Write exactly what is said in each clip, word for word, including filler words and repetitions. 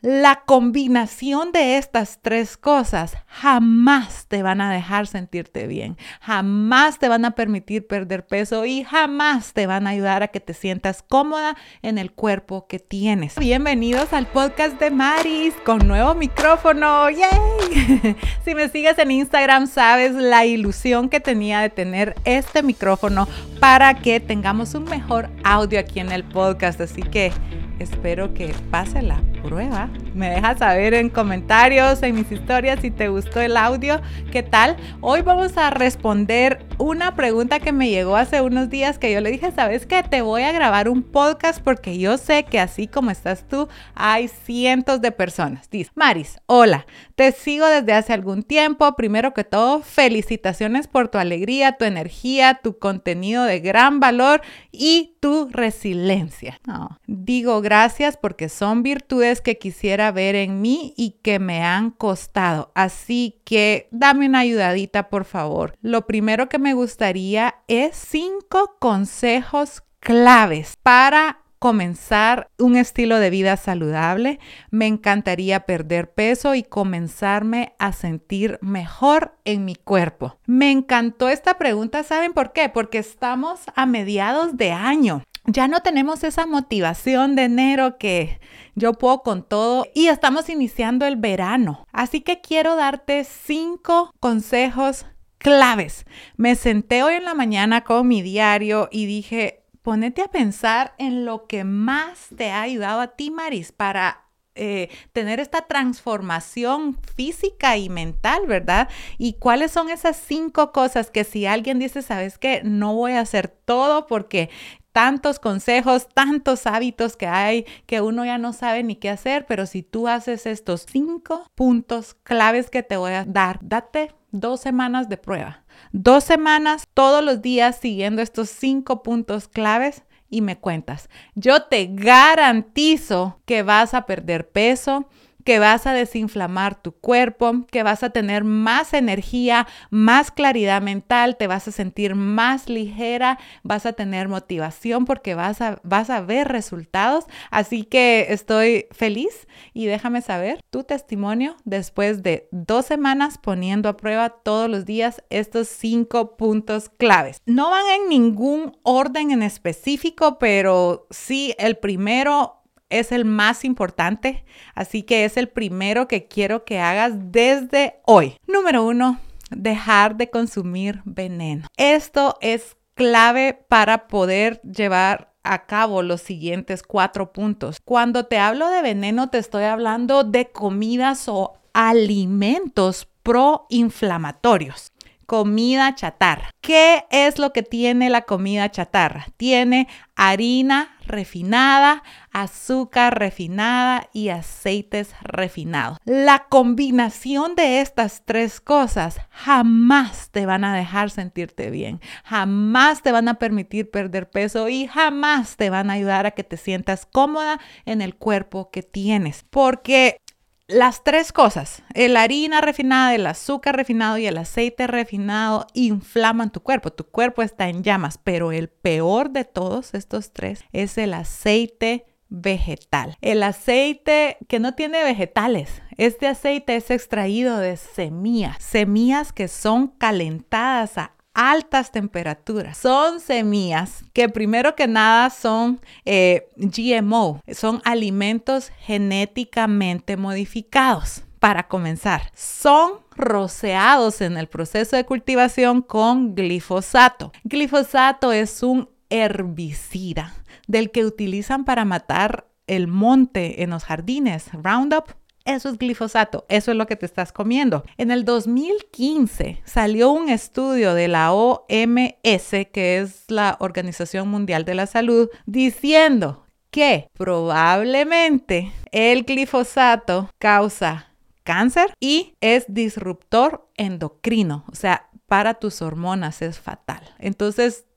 La combinación de estas tres cosas jamás te van a dejar sentirte bien, jamás te van a permitir perder peso y jamás te van a ayudar a que te sientas cómoda en el cuerpo que tienes. Bienvenidos al podcast de Maris con nuevo micrófono. ¡Yay! Si me sigues en Instagram sabes la ilusión que tenía de tener este micrófono para que tengamos un mejor audio aquí en el podcast. Así que espero que pase la prueba. Me dejas saber en comentarios, en mis historias, si te gustó el audio. ¿Qué tal? Hoy vamos a responder una pregunta que me llegó hace unos días que yo le dije, ¿sabes qué? Te voy a grabar un podcast porque yo sé que así como estás tú, hay cientos de personas. Dice, Maris, hola, te sigo desde hace algún tiempo. Primero que todo, felicitaciones por tu alegría, tu energía, tu contenido de gran valor y tu resiliencia. No, digo gracias porque son virtudes que quisiera ver en mí y que me han costado. Así que dame una ayudadita, por favor. Lo primero que me gustaría es cinco consejos claves para comenzar un estilo de vida saludable. Me encantaría perder peso y comenzarme a sentir mejor en mi cuerpo. Me encantó esta pregunta, ¿saben por qué? Porque estamos a mediados de año. Ya no tenemos esa motivación de enero que yo puedo con todo y estamos iniciando el verano. Así que quiero darte cinco consejos claves. Me senté hoy en la mañana con mi diario y dije, ponete a pensar en lo que más te ha ayudado a ti, Maris, para Eh, tener esta transformación física y mental, ¿verdad? Y cuáles son esas cinco cosas que si alguien dice, ¿sabes qué? No voy a hacer todo porque tantos consejos, tantos hábitos que hay que uno ya no sabe ni qué hacer, pero si tú haces estos cinco puntos claves que te voy a dar, date dos semanas de prueba. Dos semanas todos los días siguiendo estos cinco puntos claves y me cuentas. Yo te garantizo que vas a perder peso, que vas a desinflamar tu cuerpo, que vas a tener más energía, más claridad mental, te vas a sentir más ligera, vas a tener motivación porque vas a, vas a ver resultados. Así que estoy feliz y déjame saber tu testimonio después de dos semanas poniendo a prueba todos los días estos cinco puntos claves. No van en ningún orden en específico, pero sí el primero es el más importante, así que es el primero que quiero que hagas desde hoy. Número uno, dejar de consumir veneno. Esto es clave para poder llevar a cabo los siguientes cuatro puntos. Cuando te hablo de veneno, te estoy hablando de comidas o alimentos proinflamatorios. Comida chatarra. ¿Qué es lo que tiene la comida chatarra? Tiene harina refinada, azúcar refinada y aceites refinados. La combinación de estas tres cosas jamás te van a dejar sentirte bien, jamás te van a permitir perder peso y jamás te van a ayudar a que te sientas cómoda en el cuerpo que tienes. Porque las tres cosas, la harina refinada, el azúcar refinado y el aceite refinado inflaman tu cuerpo. Tu cuerpo está en llamas, pero el peor de todos estos tres es el aceite vegetal. El aceite que no tiene vegetales. Este aceite es extraído de semillas, semillas que son calentadas a altas temperaturas. Son semillas que primero que nada son eh, G M O, son alimentos genéticamente modificados. Para comenzar, son rociados en el proceso de cultivación con glifosato. Glifosato es un herbicida del que utilizan para matar el monte en los jardines, Roundup. Eso es glifosato, eso es lo que te estás comiendo. En el dos mil quince salió un estudio de la O M S, que es la Organización Mundial de la Salud, diciendo que probablemente el glifosato causa cáncer y es disruptor endocrino, o sea, para tus hormonas es fatal. Entonces,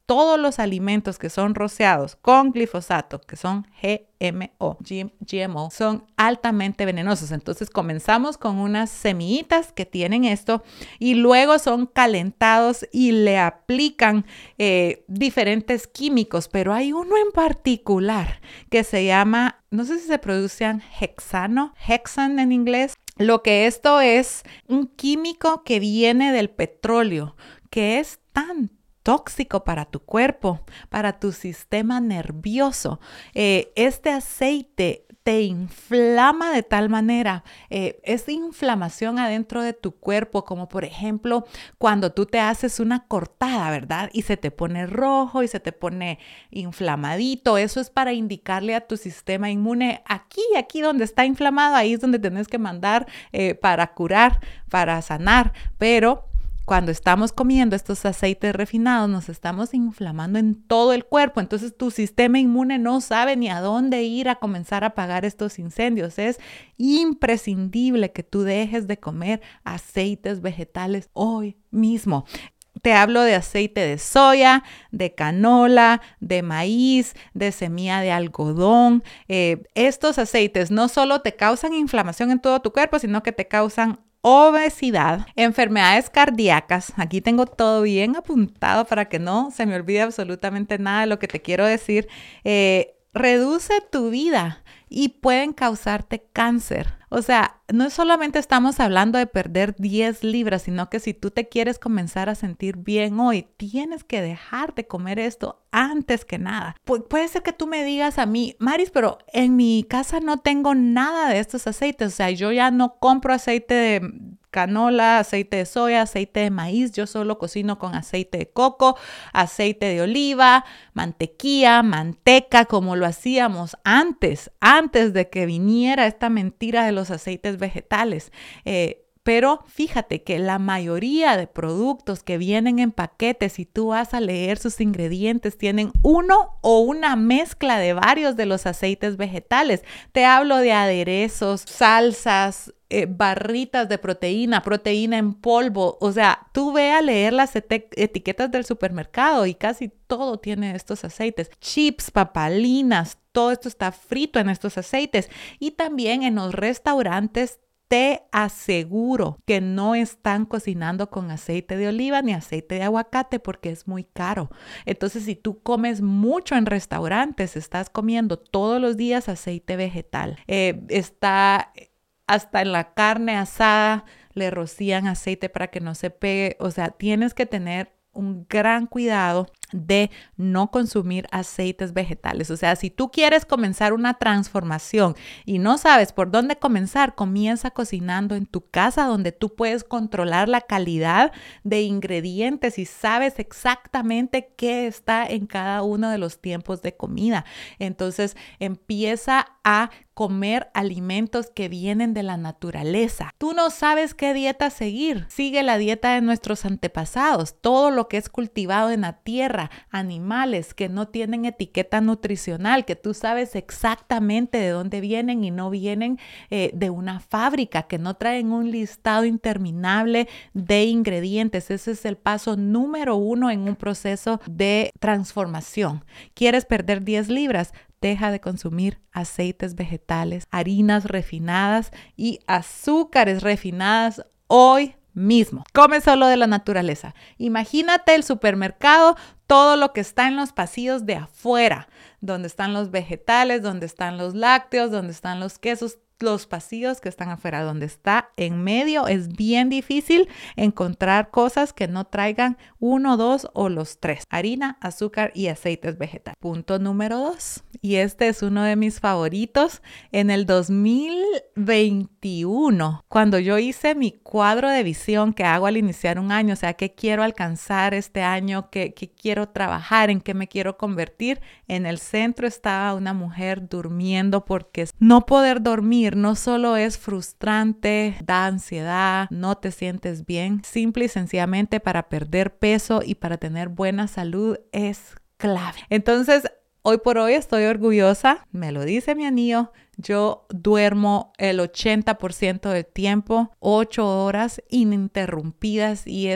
todos los alimentos que son rociados con glifosato, que son G M O, G M O, son altamente venenosos. Entonces comenzamos con unas semillitas que tienen esto y luego son calentados y le aplican eh, diferentes químicos, pero hay uno en particular que se llama, no sé si se pronuncian hexano, hexan en inglés. Lo que esto es un químico que viene del petróleo, que es tan tóxico para tu cuerpo, para tu sistema nervioso. Eh, este aceite te inflama de tal manera, eh, es inflamación adentro de tu cuerpo, como por ejemplo cuando tú te haces una cortada, ¿verdad? Y se te pone rojo y se te pone inflamadito. Eso es para indicarle a tu sistema inmune, aquí, aquí donde está inflamado, ahí es donde tenés que mandar eh, para curar, para sanar, pero cuando estamos comiendo estos aceites refinados, nos estamos inflamando en todo el cuerpo. Entonces tu sistema inmune no sabe ni a dónde ir a comenzar a apagar estos incendios. Es imprescindible que tú dejes de comer aceites vegetales hoy mismo. Te hablo de aceite de soya, de canola, de maíz, de semilla de algodón. Eh, estos aceites no solo te causan inflamación en todo tu cuerpo, sino que te causan obesidad, enfermedades cardíacas. Aquí tengo todo bien apuntado para que no se me olvide absolutamente nada de lo que te quiero decir. Eh, reduce tu vida y pueden causarte cáncer. O sea, no solamente estamos hablando de perder diez libras, sino que si tú te quieres comenzar a sentir bien hoy, tienes que dejar de comer esto antes que nada. Pu- puede ser que tú me digas a mí, Maris, pero en mi casa no tengo nada de estos aceites. O sea, yo ya no compro aceite de canola, aceite de soya, aceite de maíz. Yo solo cocino con aceite de coco, aceite de oliva, mantequilla, manteca, como lo hacíamos antes, antes de que viniera esta mentira de los aceites vegetales. Eh, Pero fíjate que la mayoría de productos que vienen en paquetes, si tú vas a leer sus ingredientes, tienen uno o una mezcla de varios de los aceites vegetales. Te hablo de aderezos, salsas, eh, barritas de proteína, proteína en polvo. O sea, tú ve a leer las ete- etiquetas del supermercado y casi todo tiene estos aceites. Chips, papalinas, todo esto está frito en estos aceites. Y también en los restaurantes te aseguro que no están cocinando con aceite de oliva ni aceite de aguacate porque es muy caro. Entonces, si tú comes mucho en restaurantes, estás comiendo todos los días aceite vegetal. Eh, está hasta en la carne asada, le rocían aceite para que no se pegue. O sea, tienes que tener un gran cuidado de no consumir aceites vegetales. O sea, si tú quieres comenzar una transformación y no sabes por dónde comenzar, comienza cocinando en tu casa donde tú puedes controlar la calidad de ingredientes y sabes exactamente qué está en cada uno de los tiempos de comida. Entonces, empieza a comer alimentos que vienen de la naturaleza. Tú no sabes qué dieta seguir. Sigue la dieta de nuestros antepasados. Todo lo que es cultivado en la tierra, animales que no tienen etiqueta nutricional, que tú sabes exactamente de dónde vienen y no vienen eh, de una fábrica, que no traen un listado interminable de ingredientes. Ese es el paso número uno en un proceso de transformación. ¿Quieres perder diez libras? Deja de consumir aceites vegetales, harinas refinadas y azúcares refinadas hoy mismo. Come solo de la naturaleza. Imagínate el supermercado, todo lo que está en los pasillos de afuera, donde están los vegetales, donde están los lácteos, donde están los quesos. Los pasillos que están afuera, donde está en medio, es bien difícil encontrar cosas que no traigan uno, dos o los tres: harina, azúcar y aceites vegetales. Punto número dos, y este es uno de mis favoritos. En el dos mil veintiuno, cuando yo hice mi cuadro de visión que hago al iniciar un año, o sea, qué quiero alcanzar este año, qué, qué quiero trabajar, en qué me quiero convertir, en el centro estaba una mujer durmiendo, porque no poder dormir no solo es frustrante, da ansiedad, no te sientes bien, simple y sencillamente para perder peso y para tener buena salud es clave. Entonces, hoy por hoy estoy orgullosa, me lo dice mi anillo, yo duermo el ochenta por ciento del tiempo, ocho horas ininterrumpidas, y eso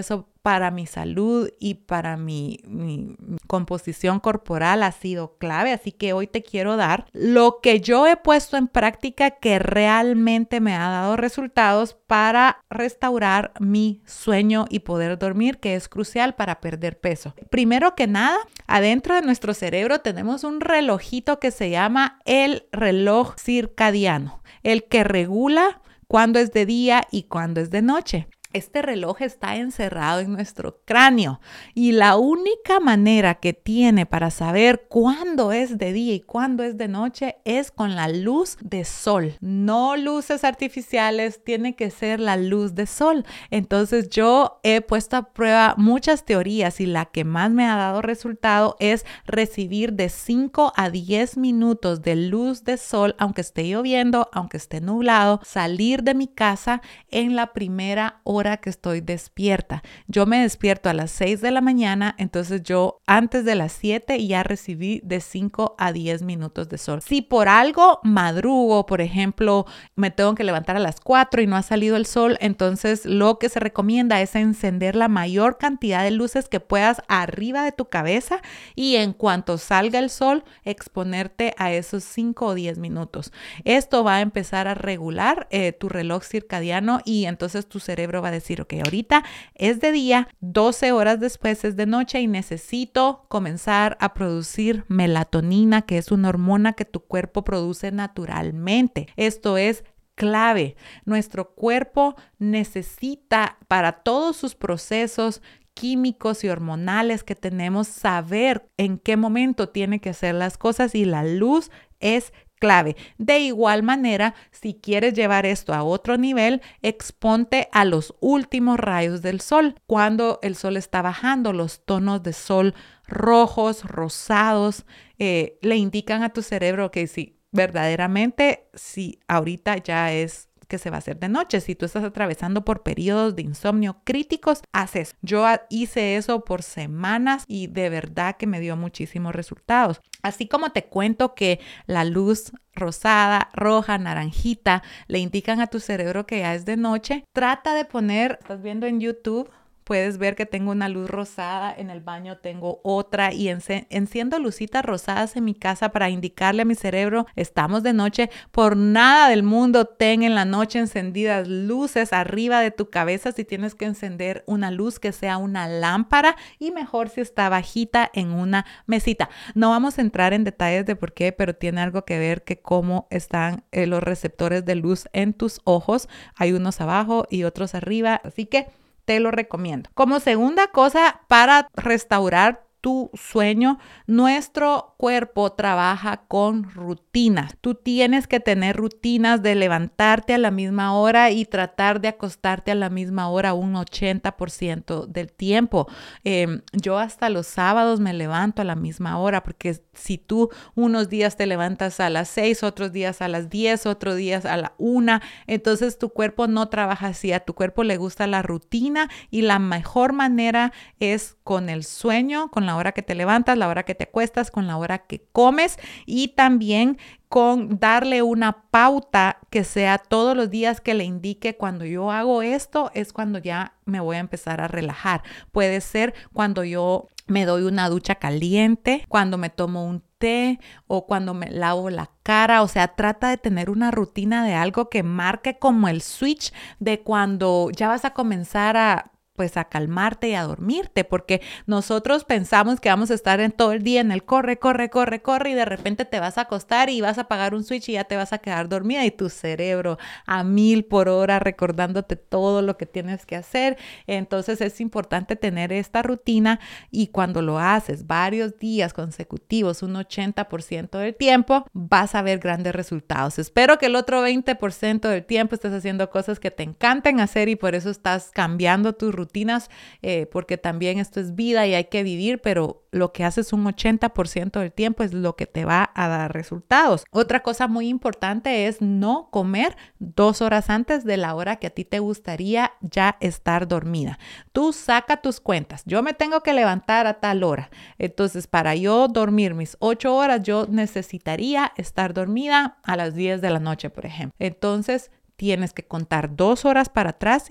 para mi salud y para mi, mi composición corporal ha sido clave. Así que hoy te quiero dar lo que yo he puesto en práctica que realmente me ha dado resultados para restaurar mi sueño y poder dormir, que es crucial para perder peso. Primero que nada, adentro de nuestro cerebro tenemos un relojito que se llama el reloj circadiano, el que regula cuándo es de día y cuándo es de noche. Este reloj está encerrado en nuestro cráneo y la única manera que tiene para saber cuándo es de día y cuándo es de noche es con la luz de sol. No luces artificiales, tiene que ser la luz de sol. Entonces yo he puesto a prueba muchas teorías y la que más me ha dado resultado es recibir de cinco a diez minutos de luz de sol, aunque esté lloviendo, aunque esté nublado, salir de mi casa en la primera hora que estoy despierta. Yo me despierto a las seis de la mañana, entonces yo antes de las siete ya recibí de cinco a diez minutos de sol. Si por algo madrugo, por ejemplo, me tengo que levantar a las cuatro y no ha salido el sol, entonces lo que se recomienda es encender la mayor cantidad de luces que puedas arriba de tu cabeza y en cuanto salga el sol, exponerte a esos cinco o diez minutos. Esto va a empezar a regular eh, tu reloj circadiano y entonces tu cerebro va a decir, ok, ahorita es de día, doce horas después es de noche y necesito comenzar a producir melatonina, que es una hormona que tu cuerpo produce naturalmente. Esto es clave. Nuestro cuerpo necesita para todos sus procesos químicos y hormonales que tenemos saber en qué momento tiene que hacer las cosas y la luz es clave. De igual manera, si quieres llevar esto a otro nivel, exponte a los últimos rayos del sol. Cuando el sol está bajando, los tonos de sol rojos, rosados, eh, le indican a tu cerebro que sí, verdaderamente, si ahorita ya es que se va a hacer de noche. Si tú estás atravesando por periodos de insomnio críticos, haz eso. Yo hice eso por semanas y de verdad que me dio muchísimos resultados. Así como te cuento que la luz rosada, roja, naranjita le indican a tu cerebro que ya es de noche, trata de poner, estás viendo en YouTube, puedes ver que tengo una luz rosada, en el baño tengo otra y ence- enciendo lucitas rosadas en mi casa para indicarle a mi cerebro, estamos de noche. Por nada del mundo ten en la noche encendidas luces arriba de tu cabeza. Si tienes que encender una luz, que sea una lámpara y mejor si está bajita en una mesita. No vamos a entrar en detalles de por qué, pero tiene algo que ver que cómo están eh, los receptores de luz en tus ojos. Hay unos abajo y otros arriba, así que te lo recomiendo. Como segunda cosa para restaurar tu sueño, nuestro cuerpo trabaja con rutinas. Tú tienes que tener rutinas de levantarte a la misma hora y tratar de acostarte a la misma hora un ochenta por ciento del tiempo. Eh, yo hasta los sábados me levanto a la misma hora porque si tú unos días te levantas a las seis, otros días a las diez, otros días a la una, entonces tu cuerpo no trabaja así. A tu cuerpo le gusta la rutina y la mejor manera es con el sueño, con la hora que te levantas, la hora que te acuestas, con la hora que comes y también con darle una pauta que sea todos los días que le indique cuando yo hago esto es cuando ya me voy a empezar a relajar. Puede ser cuando yo me doy una ducha caliente, cuando me tomo un té o cuando me lavo la cara. O sea, trata de tener una rutina de algo que marque como el switch de cuando ya vas a comenzar a pues a calmarte y a dormirte, porque nosotros pensamos que vamos a estar en todo el día en el corre, corre, corre, corre y de repente te vas a acostar y vas a apagar un switch y ya te vas a quedar dormida y tu cerebro a mil por hora recordándote todo lo que tienes que hacer. Entonces es importante tener esta rutina y cuando lo haces varios días consecutivos, un ochenta por ciento del tiempo, vas a ver grandes resultados. Espero que el otro veinte por ciento del tiempo estés haciendo cosas que te encanten hacer y por eso estás cambiando tu rutina rutinas, eh, porque también esto es vida y hay que vivir, pero lo que haces un ochenta por ciento del tiempo es lo que te va a dar resultados. Otra cosa muy importante es no comer dos horas antes de la hora que a ti te gustaría ya estar dormida. Tú saca tus cuentas. Yo me tengo que levantar a tal hora. Entonces, para yo dormir mis ocho horas, yo necesitaría estar dormida a las diez de la noche, por ejemplo. Entonces, tienes que contar dos horas para atrás y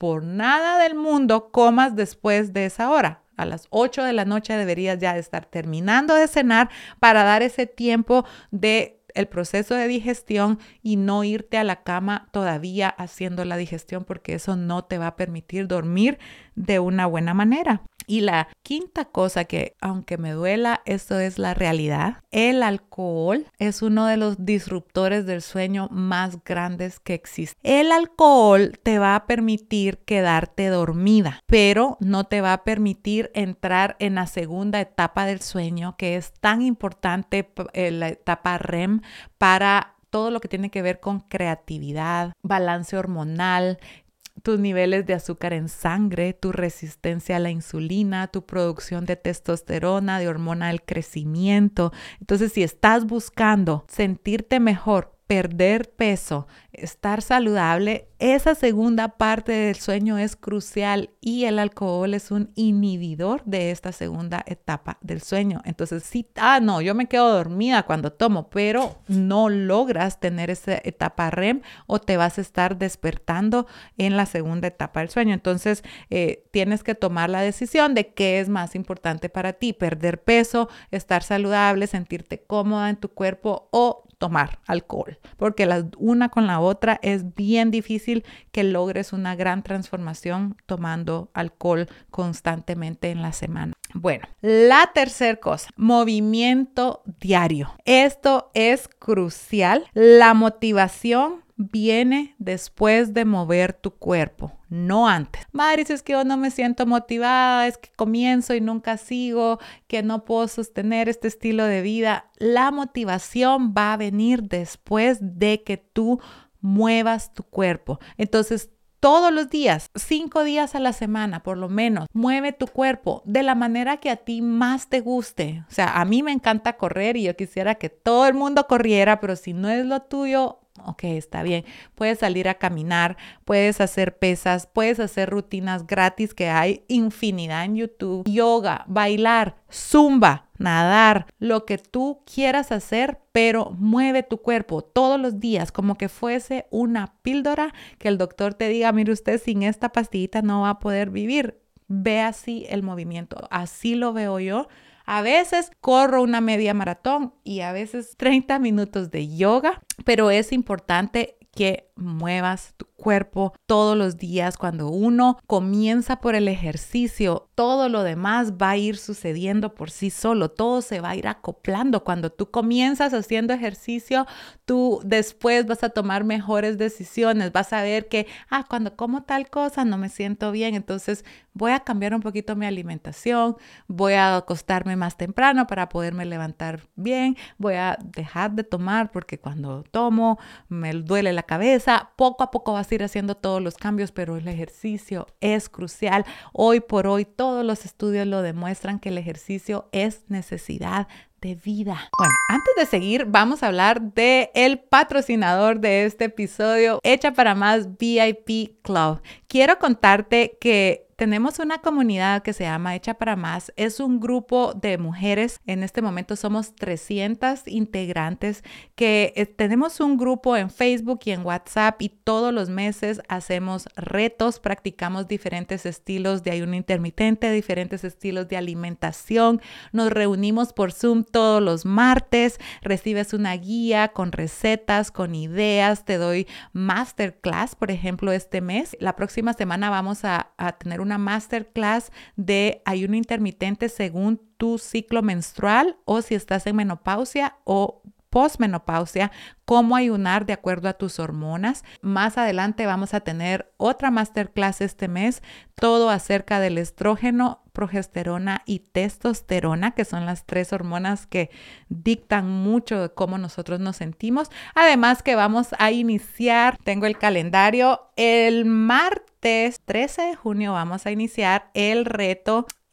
por nada del mundo comas después de esa hora. A las ocho de la noche deberías ya estar terminando de cenar para dar ese tiempo de el proceso de digestión y no irte a la cama todavía haciendo la digestión, porque eso no te va a permitir dormir de una buena manera. Y la quinta cosa que, aunque me duela, esto es la realidad. El alcohol es uno de los disruptores del sueño más grandes que existen. El alcohol te va a permitir quedarte dormida, pero no te va a permitir entrar en la segunda etapa del sueño, que es tan importante, la etapa R E M, para todo lo que tiene que ver con creatividad, balance hormonal, tus niveles de azúcar en sangre, tu resistencia a la insulina, tu producción de testosterona, de hormona del crecimiento. Entonces, si estás buscando sentirte mejor, perder peso, estar saludable, esa segunda parte del sueño es crucial y el alcohol es un inhibidor de esta segunda etapa del sueño. Entonces, sí, ah, no, yo me quedo dormida cuando tomo, pero no logras tener esa etapa R E M o te vas a estar despertando en la segunda etapa del sueño. Entonces, eh, tienes que tomar la decisión de qué es más importante para ti: perder peso, estar saludable, sentirte cómoda en tu cuerpo o tomar alcohol, porque la una con la otra es bien difícil que logres una gran transformación tomando alcohol constantemente en la semana. Bueno, la tercera cosa, movimiento diario. Esto es crucial. La motivación viene después de mover tu cuerpo, no antes. Madre, si es que yo no me siento motivada, es que comienzo y nunca sigo, que no puedo sostener este estilo de vida. La motivación va a venir después de que tú muevas tu cuerpo. Entonces, todos los días, cinco días a la semana, por lo menos, mueve tu cuerpo de la manera que a ti más te guste. O sea, a mí me encanta correr y yo quisiera que todo el mundo corriera, pero si no es lo tuyo, ok, está bien. Puedes salir a caminar, puedes hacer pesas, puedes hacer rutinas gratis que hay infinidad en YouTube. Yoga, bailar, zumba, nadar, lo que tú quieras hacer, pero mueve tu cuerpo todos los días como que fuese una píldora que el doctor te diga, mire usted, sin esta pastillita no va a poder vivir. Ve así el movimiento, así lo veo yo. A veces corro una media maratón y a veces treinta minutos de yoga, pero es importante que muevas tu cuerpo todos los días. Cuando uno comienza por el ejercicio, todo lo demás va a ir sucediendo por sí solo, todo se va a ir acoplando. Cuando tú comienzas haciendo ejercicio, tú después vas a tomar mejores decisiones, vas a ver que, ah, cuando como tal cosa no me siento bien, entonces voy a cambiar un poquito mi alimentación, voy a acostarme más temprano para poderme levantar bien, voy a dejar de tomar porque cuando tomo me duele la cabeza. Poco a poco vas a ir haciendo todos los cambios, pero el ejercicio es crucial. Hoy por hoy todos los estudios lo demuestran que el ejercicio es necesidad de vida. Bueno, antes de seguir, vamos a hablar de el patrocinador de este episodio, Hecha para Más V I P Club. Quiero contarte que tenemos una comunidad que se llama Hecha para Más. Es un grupo de mujeres. En este momento somos trescientas integrantes que eh, tenemos un grupo en Facebook y en WhatsApp y todos los meses hacemos retos, practicamos diferentes estilos de ayuno intermitente, diferentes estilos de alimentación. Nos reunimos por Zoom todos los martes, recibes una guía con recetas, con ideas, te doy masterclass, por ejemplo, este mes. La próxima semana vamos a, a tener una masterclass de ayuno intermitente según tu ciclo menstrual o si estás en menopausia o posmenopausia, cómo ayunar de acuerdo a tus hormonas. Más adelante vamos a tener otra masterclass este mes, todo acerca del estrógeno, progesterona y testosterona, que son las tres hormonas que dictan mucho de cómo nosotros nos sentimos. Además que vamos a iniciar, tengo el calendario, el martes trece de junio vamos a iniciar el reto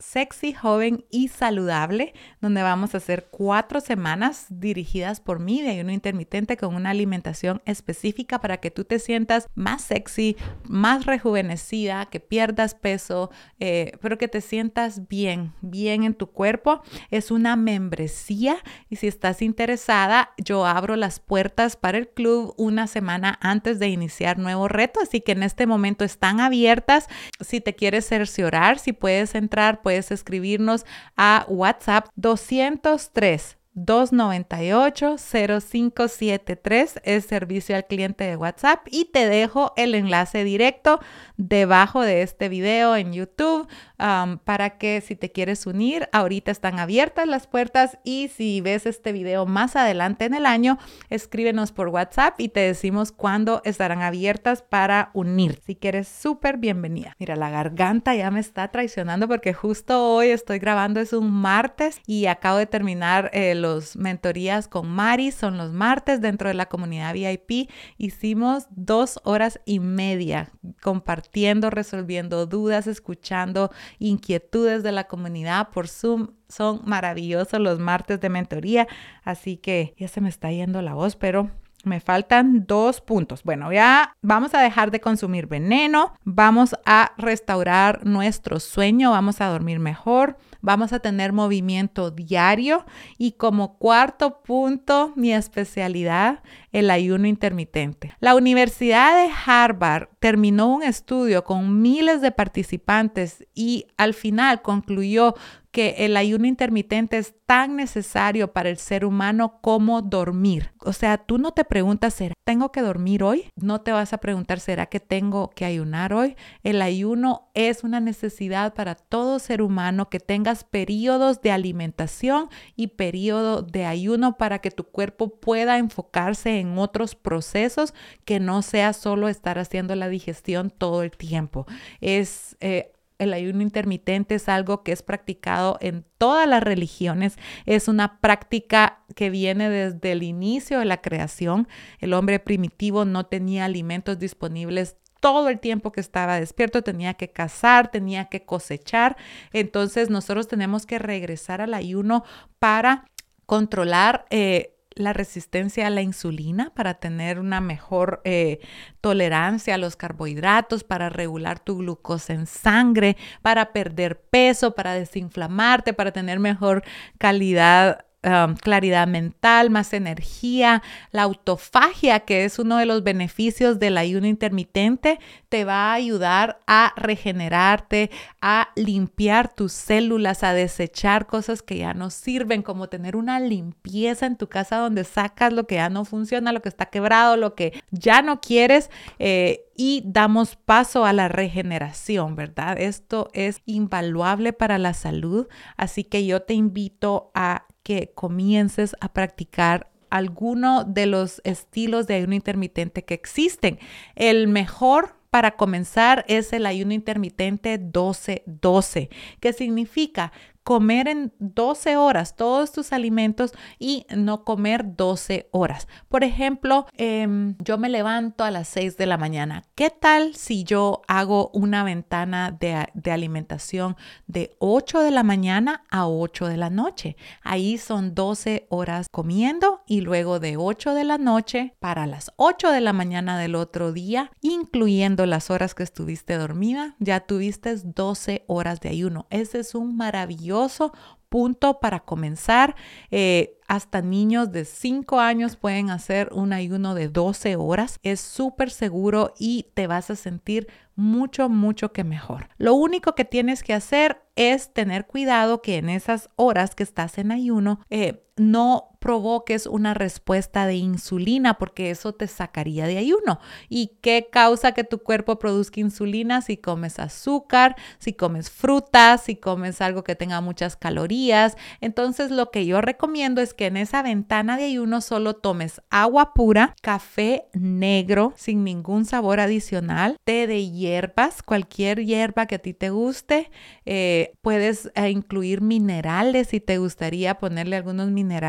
Sexy, Joven y Saludable, donde vamos a hacer cuatro semanas dirigidas por mí de ayuno intermitente con una alimentación específica para que tú te sientas más sexy, más rejuvenecida, que pierdas peso, eh, pero que te sientas bien, bien en tu cuerpo. Es una membresía y si estás interesada, yo abro las puertas para el club una semana antes de iniciar nuevo reto, así que en este momento están abiertas. Si te quieres cerciorar, si puedes entrar, puedes escribirnos a WhatsApp doscientos tres, dos noventa y ocho, cero cinco siete tres, es servicio al cliente de WhatsApp, y te dejo el enlace directo debajo de este video en YouTube um, para que si te quieres unir, ahorita están abiertas las puertas, y si ves este video más adelante en el año, escríbenos por WhatsApp y te decimos cuándo estarán abiertas para unir. Si quieres, súper bienvenida. Mira, la garganta ya me está traicionando porque justo hoy estoy grabando, es un martes y acabo de terminar eh, los mentorías con Mari, son los martes dentro de la comunidad V I P. Hicimos dos horas y media compartiendo, resolviendo dudas, escuchando inquietudes de la comunidad por Zoom. Son maravillosos los martes de mentoría, así que ya se me está yendo la voz, pero me faltan dos puntos. Bueno, ya vamos a dejar de consumir veneno, vamos a restaurar nuestro sueño, vamos a dormir mejor, vamos a tener movimiento diario, y como cuarto punto, mi especialidad, el ayuno intermitente. La Universidad de Harvard terminó un estudio con miles de participantes y al final concluyó que el ayuno intermitente es tan necesario para el ser humano como dormir. O sea, tú no te preguntas, ¿será que tengo que dormir hoy? No te vas a preguntar, ¿será que tengo que ayunar hoy? El ayuno es una necesidad para todo ser humano, que tengas periodos de alimentación y periodo de ayuno para que tu cuerpo pueda enfocarse en otros procesos, que no sea solo estar haciendo la digestión todo el tiempo. Es eh, El ayuno intermitente es algo que es practicado en todas las religiones. Es una práctica que viene desde el inicio de la creación. El hombre primitivo no tenía alimentos disponibles todo el tiempo que estaba despierto, tenía que cazar, tenía que cosechar. Entonces nosotros tenemos que regresar al ayuno para controlar eh, la resistencia a la insulina, para tener una mejor eh, tolerancia a los carbohidratos, para regular tu glucosa en sangre, para perder peso, para desinflamarte, para tener mejor calidad Um, claridad mental, más energía. La autofagia, que es uno de los beneficios del ayuno intermitente, te va a ayudar a regenerarte, a limpiar tus células, a desechar cosas que ya no sirven, como tener una limpieza en tu casa donde sacas lo que ya no funciona, lo que está quebrado, lo que ya no quieres, eh, y damos paso a la regeneración, ¿verdad? Esto es invaluable para la salud, así que yo te invito a que comiences a practicar alguno de los estilos de ayuno intermitente que existen. El mejor para comenzar es el ayuno intermitente doce doce, que significa comer en doce horas todos tus alimentos y no comer doce horas. Por ejemplo, eh, yo me levanto a las seis de la mañana. ¿Qué tal si yo hago una ventana de, de alimentación de ocho de la mañana a ocho de la noche? Ahí son doce horas comiendo, y luego de ocho de la noche para las ocho de la mañana del otro día, incluyendo las horas que estuviste dormida, ya tuviste doce horas de ayuno. Ese es un maravilloso punto para comenzar. Eh, hasta niños de cinco años pueden hacer un ayuno de doce horas. Es súper seguro y te vas a sentir mucho, mucho que mejor. Lo único que tienes que hacer es tener cuidado que en esas horas que estás en ayuno eh, no provoques una respuesta de insulina, porque eso te sacaría de ayuno. ¿Y qué causa que tu cuerpo produzca insulina? Si comes azúcar, si comes frutas, si comes algo que tenga muchas calorías. Entonces lo que yo recomiendo es que en esa ventana de ayuno solo tomes agua pura, café negro sin ningún sabor adicional, té de hierbas, cualquier hierba que a ti te guste. Eh, puedes eh, incluir minerales si te gustaría ponerle algunos minerales a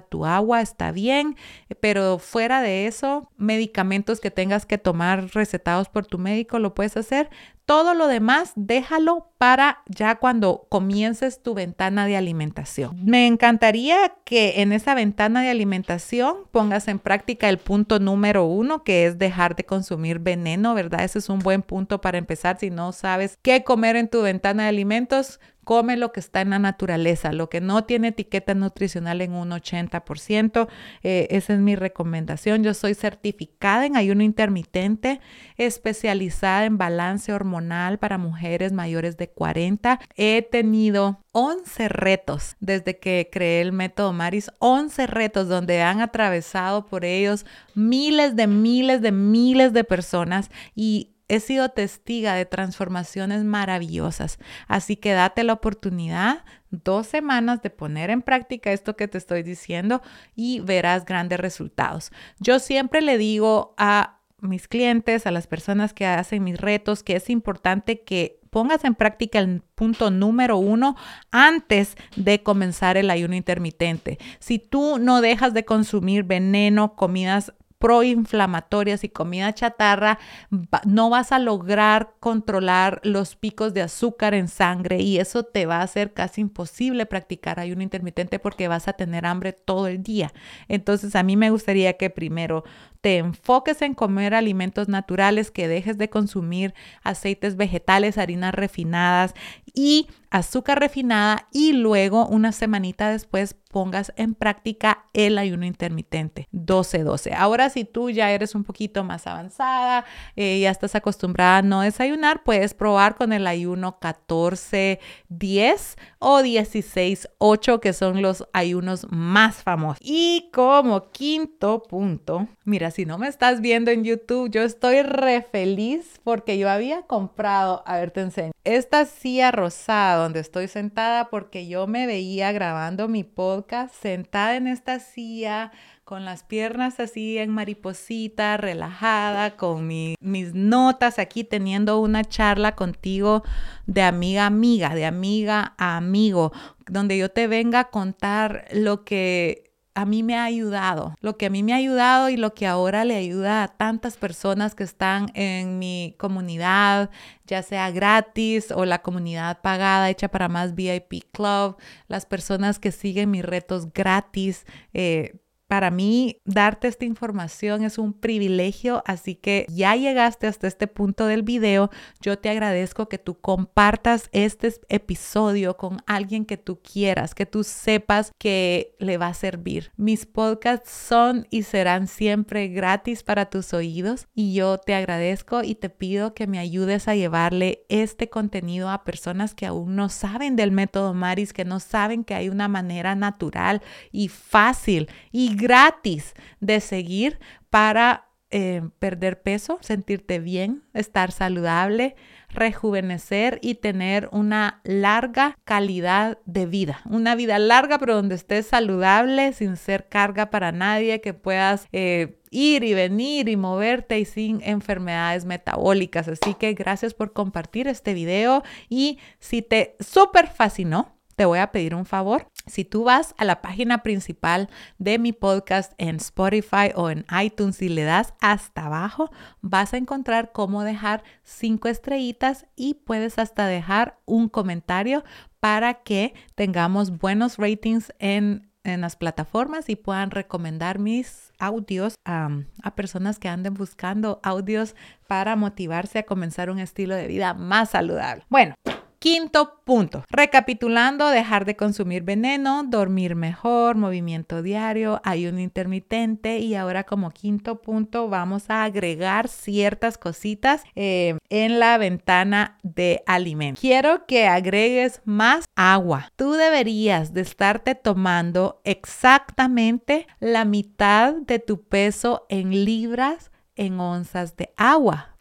tu agua, está bien, pero fuera de eso, medicamentos que tengas que tomar recetados por tu médico, lo puedes hacer. Todo lo demás, déjalo para ya cuando comiences tu ventana de alimentación. Me encantaría que en esa ventana de alimentación pongas en práctica el punto número uno, que es dejar de consumir veneno, ¿verdad? Ese es un buen punto para empezar. Si no sabes qué comer en tu ventana de alimentos, come lo que está en la naturaleza, lo que no tiene etiqueta nutricional en un ochenta por ciento. Eh, esa es mi recomendación. Yo soy certificada en ayuno intermitente, especializada en balance hormonal para mujeres mayores de cuarenta. He tenido once retos desde que creé el método Maris, once retos donde han atravesado por ellos miles de miles de miles de personas y he sido testiga de transformaciones maravillosas, así que date la oportunidad, dos semanas de poner en práctica esto que te estoy diciendo y verás grandes resultados. Yo siempre le digo a mis clientes, a las personas que hacen mis retos, que es importante que pongas en práctica el punto número uno antes de comenzar el ayuno intermitente. Si tú no dejas de consumir veneno, comidas proinflamatorias y comida chatarra, no vas a lograr controlar los picos de azúcar en sangre y eso te va a hacer casi imposible practicar ayuno intermitente porque vas a tener hambre todo el día. Entonces a mí me gustaría que primero te enfoques en comer alimentos naturales, que dejes de consumir aceites vegetales, harinas refinadas y azúcar refinada y luego una semanita después pongas en práctica el ayuno intermitente doce doce. Ahora si tú ya eres un poquito más avanzada, eh, ya estás acostumbrada a no desayunar, puedes probar con el ayuno catorce diez o dieciséis ocho, que son los ayunos más famosos. Y como quinto punto, mira, si no me estás viendo en YouTube, yo estoy re feliz porque yo había comprado, a ver, te enseño, esta silla rosada donde estoy sentada porque yo me veía grabando mi podcast sentada en esta silla con las piernas así en mariposita, relajada, con mi, mis notas aquí, teniendo una charla contigo de amiga a amiga, de amiga a amigo, donde yo te venga a contar lo que a mí me ha ayudado, lo que a mí me ha ayudado y lo que ahora le ayuda a tantas personas que están en mi comunidad, ya sea gratis o la comunidad pagada hecha para más V I P Club, las personas que siguen mis retos gratis. Eh, Para mí, darte esta información es un privilegio, así que ya llegaste hasta este punto del video. Yo te agradezco que tú compartas este episodio con alguien que tú quieras, que tú sepas que le va a servir. Mis podcasts son y serán siempre gratis para tus oídos y yo te agradezco y te pido que me ayudes a llevarle este contenido a personas que aún no saben del método Maris, que no saben que hay una manera natural y fácil y gratis de seguir para eh, perder peso, sentirte bien, estar saludable, rejuvenecer y tener una larga calidad de vida. Una vida larga, pero donde estés saludable, sin ser carga para nadie, que puedas eh, ir y venir y moverte y sin enfermedades metabólicas. Así que gracias por compartir este video y si te súper fascinó, te voy a pedir un favor. Si tú vas a la página principal de mi podcast en Spotify o en iTunes y le das hasta abajo, vas a encontrar cómo dejar cinco estrellitas y puedes hasta dejar un comentario para que tengamos buenos ratings en, en las plataformas y puedan recomendar mis audios um, a personas que anden buscando audios para motivarse a comenzar un estilo de vida más saludable. Bueno. Quinto punto, recapitulando, dejar de consumir veneno, dormir mejor, movimiento diario, ayuno intermitente y ahora como quinto punto vamos a agregar ciertas cositas eh, en la ventana de alimentos. Quiero que agregues más agua. Tú deberías de estarte tomando exactamente la mitad de tu peso en libras en onzas de agua,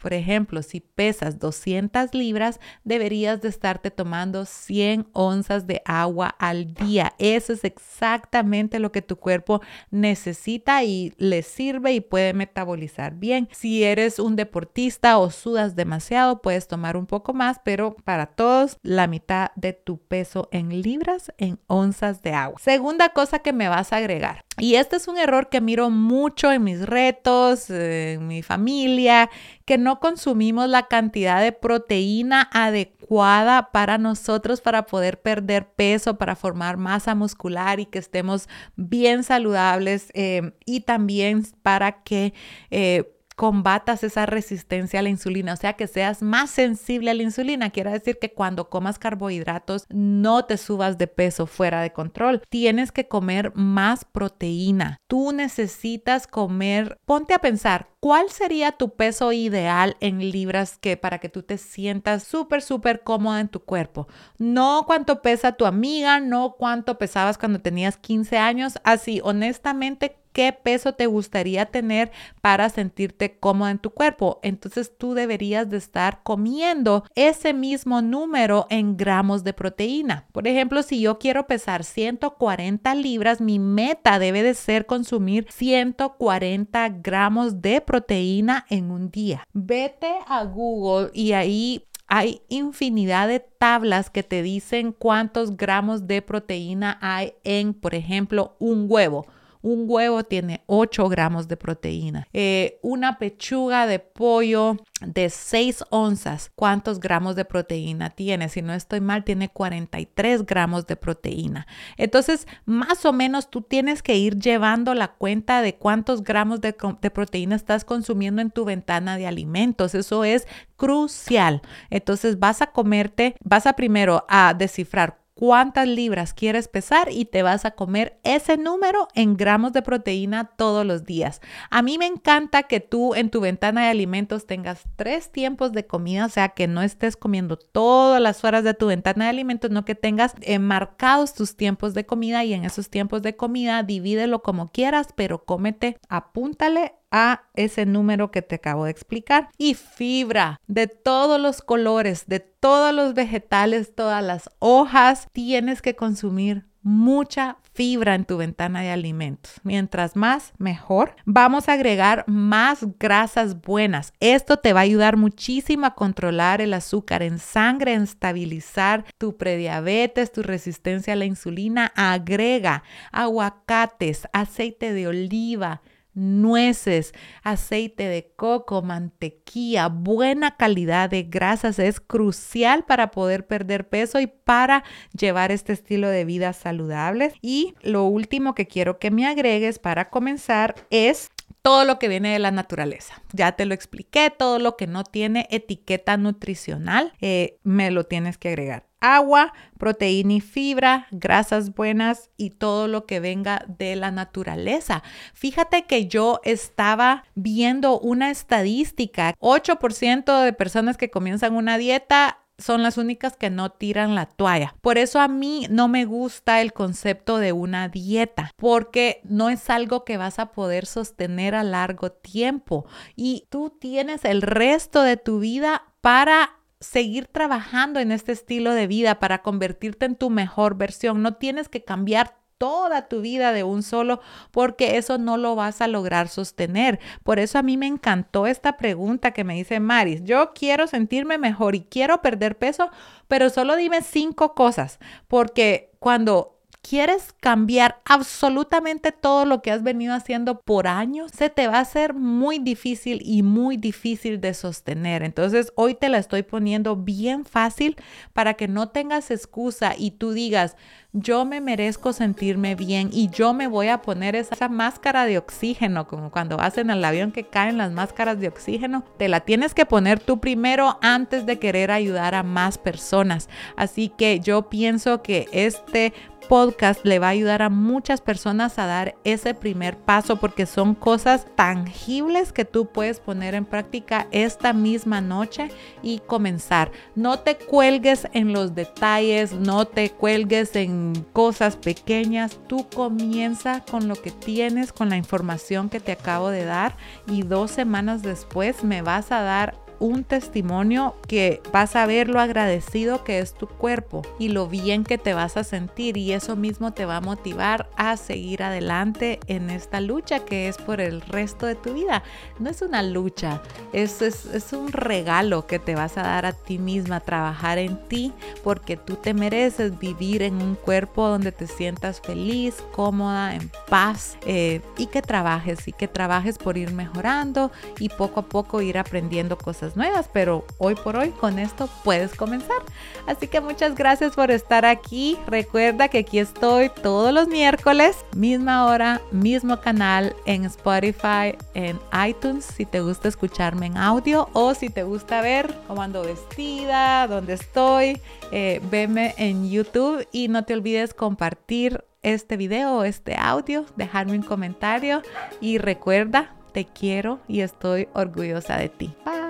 Por ejemplo, si pesas doscientas libras, deberías de estarte tomando cien onzas de agua al día. Eso es exactamente lo que tu cuerpo necesita y le sirve y puede metabolizar bien. Si eres un deportista o sudas demasiado, puedes tomar un poco más, pero para todos, la mitad de tu peso en libras en onzas de agua. Segunda cosa que me vas a agregar. Y este es un error que miro mucho en mis retos, en mi familia, que no consumimos la cantidad de proteína adecuada para nosotros para poder perder peso, para formar masa muscular y que estemos bien saludables eh, y también para que eh, combatas esa resistencia a la insulina, o sea, que seas más sensible a la insulina. Quiere decir que cuando comas carbohidratos no te subas de peso fuera de control. Tienes que comer más proteína. Tú necesitas comer, ponte a pensar, ¿cuál sería tu peso ideal en libras que para que tú te sientas súper, súper cómoda en tu cuerpo? No cuánto pesa tu amiga, no cuánto pesabas cuando tenías quince años, así honestamente, ¿qué peso te gustaría tener para sentirte cómoda en tu cuerpo? Entonces tú deberías de estar comiendo ese mismo número en gramos de proteína. Por ejemplo, si yo quiero pesar ciento cuarenta libras, mi meta debe de ser consumir ciento cuarenta gramos de proteína en un día. Vete a Google y ahí hay infinidad de tablas que te dicen cuántos gramos de proteína hay en, por ejemplo, un huevo. Un huevo tiene ocho gramos de proteína. Eh, una pechuga de pollo de seis onzas. ¿Cuántos gramos de proteína tiene? Si no estoy mal, tiene cuarenta y tres gramos de proteína. Entonces, más o menos tú tienes que ir llevando la cuenta de cuántos gramos de, de proteína estás consumiendo en tu ventana de alimentos. Eso es crucial. Entonces, vas a comerte, vas a primero a descifrar cuántas libras quieres pesar y te vas a comer ese número en gramos de proteína todos los días. A mí me encanta que tú en tu ventana de alimentos tengas tres tiempos de comida, o sea, que no estés comiendo todas las horas de tu ventana de alimentos, no que tengas eh, marcados tus tiempos de comida y en esos tiempos de comida divídelo como quieras, pero cómete, apúntale a ese número que te acabo de explicar. Y fibra de todos los colores, de todos los vegetales, todas las hojas, tienes que consumir mucha fibra en tu ventana de alimentos. Mientras más, mejor. Vamos a agregar más grasas buenas. Esto te va a ayudar muchísimo a controlar el azúcar en sangre, en estabilizar tu prediabetes, tu resistencia a la insulina. Agrega aguacates, aceite de oliva, nueces, aceite de coco, mantequilla, buena calidad de grasas es crucial para poder perder peso y para llevar este estilo de vida saludable. Y lo último que quiero que me agregues para comenzar es todo lo que viene de la naturaleza. Ya te lo expliqué, todo lo que no tiene etiqueta nutricional, eh, me lo tienes que agregar. Agua, proteína y fibra, grasas buenas y todo lo que venga de la naturaleza. Fíjate que yo estaba viendo una estadística, ocho por ciento de personas que comienzan una dieta son las únicas que no tiran la toalla. Por eso a mí no me gusta el concepto de una dieta, porque no es algo que vas a poder sostener a largo tiempo y tú tienes el resto de tu vida para seguir trabajando en este estilo de vida, para convertirte en tu mejor versión. No tienes que cambiar toda tu vida de un solo, porque eso no lo vas a lograr sostener. Por eso a mí me encantó esta pregunta que me dice Maris. Yo quiero sentirme mejor y quiero perder peso, pero solo dime cinco cosas, porque cuando quieres cambiar absolutamente todo lo que has venido haciendo por años, se te va a hacer muy difícil y muy difícil de sostener. Entonces, hoy te la estoy poniendo bien fácil para que no tengas excusa y tú digas, yo me merezco sentirme bien y yo me voy a poner esa, esa máscara de oxígeno, como cuando vas en el avión que caen las máscaras de oxígeno. Te la tienes que poner tú primero antes de querer ayudar a más personas. Así que yo pienso que este podcast le va a ayudar a muchas personas a dar ese primer paso, porque son cosas tangibles que tú puedes poner en práctica esta misma noche y comenzar. No te cuelgues en los detalles, no te cuelgues en cosas pequeñas. Tú comienza con lo que tienes, con la información que te acabo de dar, y dos semanas después me vas a dar un testimonio que vas a ver lo agradecido que es tu cuerpo y lo bien que te vas a sentir, y eso mismo te va a motivar a seguir adelante en esta lucha que es por el resto de tu vida. No es una lucha, es, es, es un regalo que te vas a dar a ti misma, trabajar en ti, porque tú te mereces vivir en un cuerpo donde te sientas feliz, cómoda, en paz, eh, y que trabajes y que trabajes por ir mejorando y poco a poco ir aprendiendo cosas nuevas, pero hoy por hoy con esto puedes comenzar. Así que muchas gracias por estar aquí. Recuerda que aquí estoy todos los miércoles, misma hora, mismo canal, en Spotify, en iTunes, si te gusta escucharme en audio, o si te gusta ver cómo ando vestida, dónde estoy, eh, veme en YouTube, y no te olvides compartir este video o este audio, dejarme un comentario, y recuerda, te quiero y estoy orgullosa de ti. Bye.